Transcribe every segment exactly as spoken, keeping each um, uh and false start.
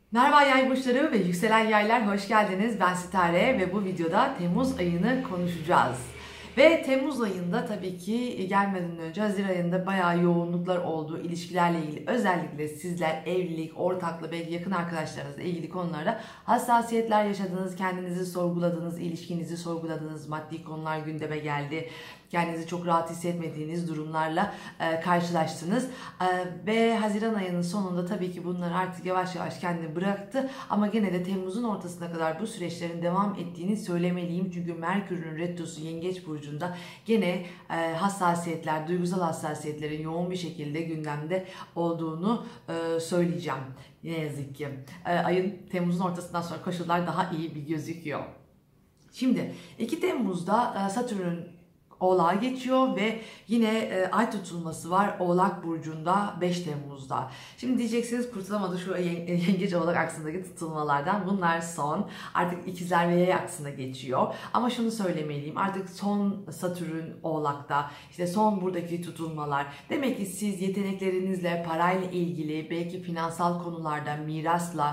Merhaba yay burçları ve yükselen yaylar, hoş geldiniz. Ben Sitare ve bu videoda Temmuz ayını konuşacağız. Ve Temmuz ayında tabii ki gelmeden önce Haziran ayında bayağı yoğunluklar olduğu ilişkilerle ilgili, özellikle sizler evlilik, ortaklı, belki yakın arkadaşlarınızla ilgili konularda hassasiyetler yaşadınız, kendinizi sorguladınız, ilişkinizi sorguladınız, maddi konular gündeme geldi. Kendinizi çok rahat hissetmediğiniz durumlarla e, karşılaştınız. E, ve Haziran ayının sonunda tabii ki bunlar artık yavaş yavaş kendini bıraktı. Ama gene de Temmuz'un ortasına kadar bu süreçlerin devam ettiğini söylemeliyim. Çünkü Merkür'ün retrosu Yengeç Burcu'nda gene e, hassasiyetler, duygusal hassasiyetlerin yoğun bir şekilde gündemde olduğunu e, söyleyeceğim. Ne yazık ki. E, ayın Temmuz'un ortasından sonra koşullar daha iyi bir gözüküyor. Şimdi iki Temmuz'da e, Satürn'ün Oğlak'a geçiyor ve yine e, ay tutulması var Oğlak Burcu'nda beş Temmuz'da. Şimdi diyeceksiniz kurtulamadı şu Yengeç Oğlak aksındaki tutulmalardan. Bunlar son. Artık ikizler ve Yay aksına geçiyor. Ama şunu söylemeliyim. Artık son Satürn Oğlak'ta, işte son buradaki tutulmalar. Demek ki siz yeteneklerinizle, parayla ilgili, belki finansal konularda, mirasla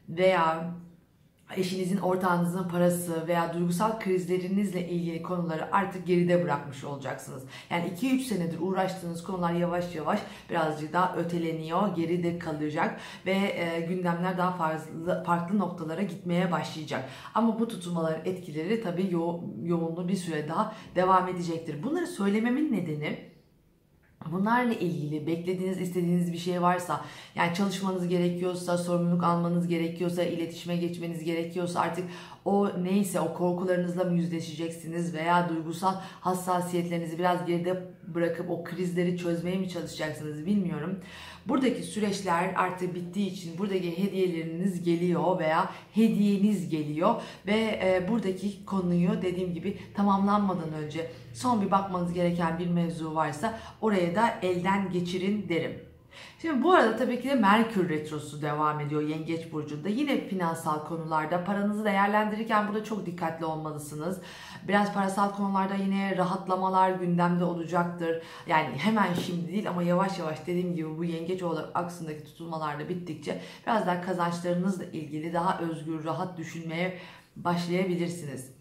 veya eşinizin, ortağınızın parası veya duygusal krizlerinizle ilgili konuları artık geride bırakmış olacaksınız. Yani iki üç senedir uğraştığınız konular yavaş yavaş birazcık daha öteleniyor, geride kalacak ve e, gündemler daha farklı, farklı noktalara gitmeye başlayacak. Ama bu tutulmaların etkileri tabii yo yoğunluğu bir süre daha devam edecektir. Bunları söylememin nedeni, bunlarla ilgili beklediğiniz, istediğiniz bir şey varsa, yani çalışmanız gerekiyorsa, sorumluluk almanız gerekiyorsa, iletişime geçmeniz gerekiyorsa, artık o neyse o korkularınızla mı yüzleşeceksiniz veya duygusal hassasiyetlerinizi biraz geride bırakıp o krizleri çözmeye mi çalışacaksınız bilmiyorum. Buradaki süreçler artık bittiği için buradaki hediyeleriniz geliyor veya hediyeniz geliyor ve e, buradaki konuyu dediğim gibi tamamlanmadan önce son bir bakmanız gereken bir mevzu varsa oraya da elden geçirin derim. Şimdi bu arada tabii ki de Merkür Retrosu devam ediyor Yengeç Burcu'nda. Yine finansal konularda paranızı değerlendirirken burada çok dikkatli olmalısınız. Biraz parasal konularda yine rahatlamalar gündemde olacaktır. Yani hemen şimdi değil ama yavaş yavaş, dediğim gibi bu Yengeç Oğlak aksındaki tutulmalarda bittikçe biraz daha kazançlarınızla ilgili daha özgür, rahat düşünmeye başlayabilirsiniz.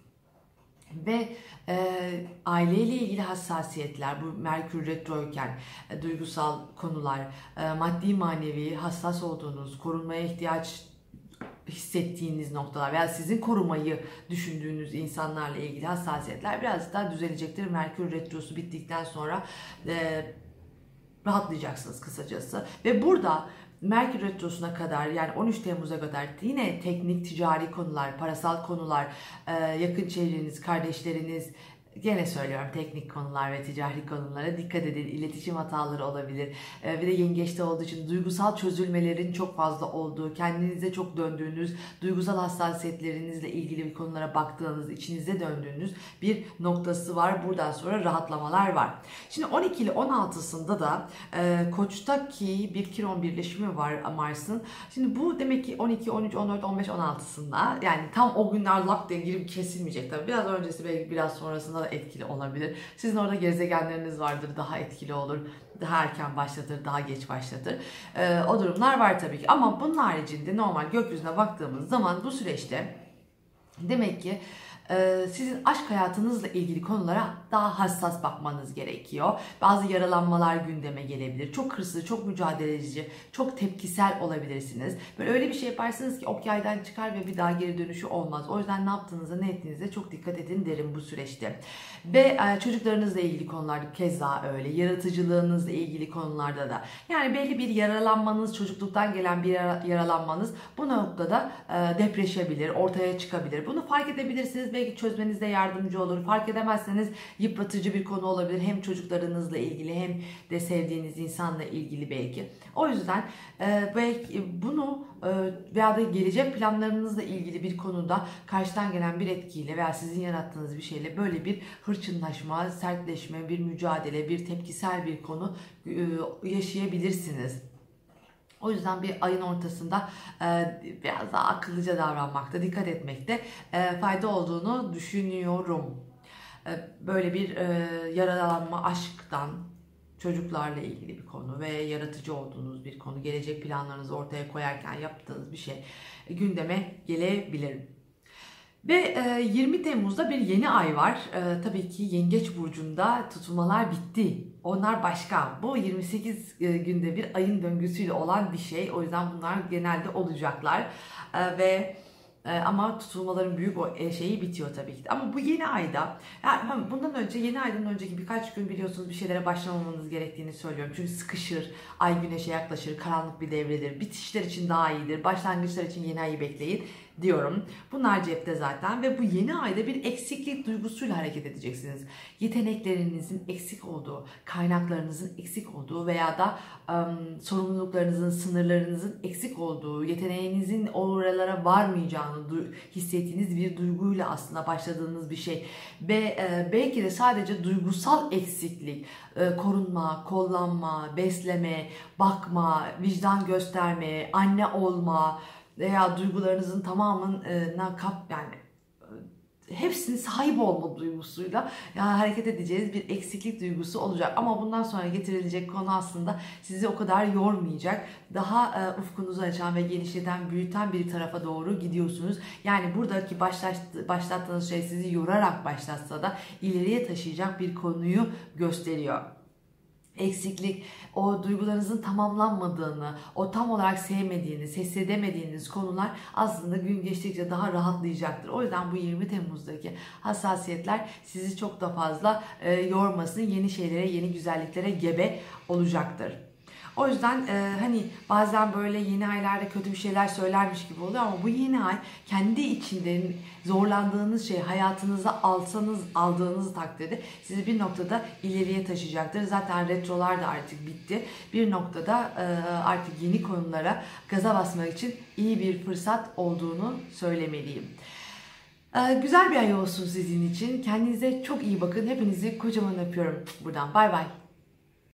Ve e, aileyle ilgili hassasiyetler, bu Merkür Retroyken e, duygusal konular, e, maddi manevi hassas olduğunuz, korunmaya ihtiyaç hissettiğiniz noktalar veya sizin korumayı düşündüğünüz insanlarla ilgili hassasiyetler biraz daha düzelecektir. Merkür Retrosu bittikten sonra e, rahatlayacaksınız kısacası. Ve burada Merkür Retrosu'na kadar, yani on üç Temmuz'a kadar yine teknik, ticari konular, parasal konular, yakın çevreniz, kardeşleriniz, gene söylüyorum teknik konular ve ticari konulara dikkat edin. İletişim hataları olabilir. Bir de yengeçte olduğu için duygusal çözülmelerin çok fazla olduğu, kendinize çok döndüğünüz, duygusal hassasiyetlerinizle ilgili bir konulara baktığınız, içinize döndüğünüz bir noktası var. Buradan sonra rahatlamalar var. Şimdi on iki ile on altısında da e, Koç'taki bir Kiron birleşimi var Mars'ın. Şimdi bu demek ki on iki, on üç, on dört, on beş, on altısında, yani tam o günler lap diye girip kesilmeyecek tabii. Biraz öncesi, belki biraz sonrasında da etkili olabilir. Sizin orada gezegenleriniz vardır, daha etkili olur. Daha erken başlatır, daha geç başlatır. Ee, o durumlar var tabii ki. Ama bunun haricinde normal gökyüzüne baktığımız zaman bu süreçte demek ki sizin aşk hayatınızla ilgili konulara daha hassas bakmanız gerekiyor. Bazı yaralanmalar gündeme gelebilir. Çok hırslı, çok mücadeleci, çok tepkisel olabilirsiniz. Böyle öyle bir şey yaparsınız ki ok yaydan çıkar ve bir daha geri dönüşü olmaz. O yüzden ne yaptığınıza, ne ettiğinize çok dikkat edin derim bu süreçte. Ve çocuklarınızla ilgili konularda keza öyle. Yaratıcılığınızla ilgili konularda da. Yani belli bir yaralanmanız, çocukluktan gelen bir yaralanmanız bu noktada depreşebilir, ortaya çıkabilir. Bunu fark edebilirsiniz. Belki çözmenizde yardımcı olur. Fark edemezseniz yıpratıcı bir konu olabilir. Hem çocuklarınızla ilgili hem de sevdiğiniz insanla ilgili belki. O yüzden e, belki bunu e, veya da gelecek planlarınızla ilgili bir konuda karşıdan gelen bir etkiyle veya sizin yarattığınız bir şeyle böyle bir hırçınlaşma, sertleşme, bir mücadele, bir tepkisel bir konu e, yaşayabilirsiniz. O yüzden bir ayın ortasında e, biraz daha akıllıca davranmakta, dikkat etmekte e, fayda olduğunu düşünüyorum. E, böyle bir e, yaralanma aşktan, çocuklarla ilgili bir konu ve yaratıcı olduğunuz bir konu, gelecek planlarınızı ortaya koyarken yaptığınız bir şey gündeme gelebilir. Ve yirmi Temmuz'da bir yeni ay var. Tabii ki Yengeç Burcu'nda tutulmalar bitti. Onlar başka. Bu yirmi sekiz günde bir ayın döngüsüyle olan bir şey. O yüzden bunlar genelde olacaklar. Ve ama tutulmaların büyük o şeyi bitiyor tabii ki. Ama bu yeni ayda, yani bundan önce, yeni aydan önceki birkaç gün biliyorsunuz bir şeylere başlamamanız gerektiğini söylüyorum. Çünkü sıkışır, ay güneşe yaklaşır, karanlık bir devredir. Bitişler için daha iyidir, başlangıçlar için yeni ayı bekleyin diyorum. Bunlar cepte zaten ve bu yeni ayda bir eksiklik duygusuyla hareket edeceksiniz. Yeteneklerinizin eksik olduğu, kaynaklarınızın eksik olduğu veya da um, sorumluluklarınızın, sınırlarınızın eksik olduğu, yeteneğinizin oralara varmayacağını hissettiğiniz bir duyguyla aslında başladığınız bir şey. Ve e, belki de sadece duygusal eksiklik, e, korunma, kollanma, besleme, bakma, vicdan gösterme, anne olma veya duygularınızın tamamına kap yani hepsinin sahip olma duygusuyla yani hareket edeceğiniz bir eksiklik duygusu olacak. Ama bundan sonra getirilecek konu aslında sizi o kadar yormayacak. Daha e, ufkunuzu açan ve genişleten, büyüten bir tarafa doğru gidiyorsunuz. Yani buradaki başlattı, başlattığınız şey sizi yorarak başlatsa da ileriye taşıyacak bir konuyu gösteriyor. Eksiklik, o duygularınızın tamamlanmadığını, o tam olarak sevmediğiniz, hissedemediğiniz konular aslında gün geçtikçe daha rahatlayacaktır. O yüzden bu yirmi Temmuz'daki hassasiyetler sizi çok da fazla e, yormasın, yeni şeylere, yeni güzelliklere gebe olacaktır. O yüzden e, hani bazen böyle yeni aylarda kötü bir şeyler söylermiş gibi oluyor ama bu yeni ay kendi içinde zorlandığınız şey hayatınıza alsanız aldığınız takdirde sizi bir noktada ileriye taşıyacaktır. Zaten retrolar da artık bitti. Bir noktada e, artık yeni konulara gaza basmak için iyi bir fırsat olduğunu söylemeliyim. E, güzel bir ay olsun sizin için. Kendinize çok iyi bakın. Hepinizi kocaman öpüyorum buradan. Bay bay.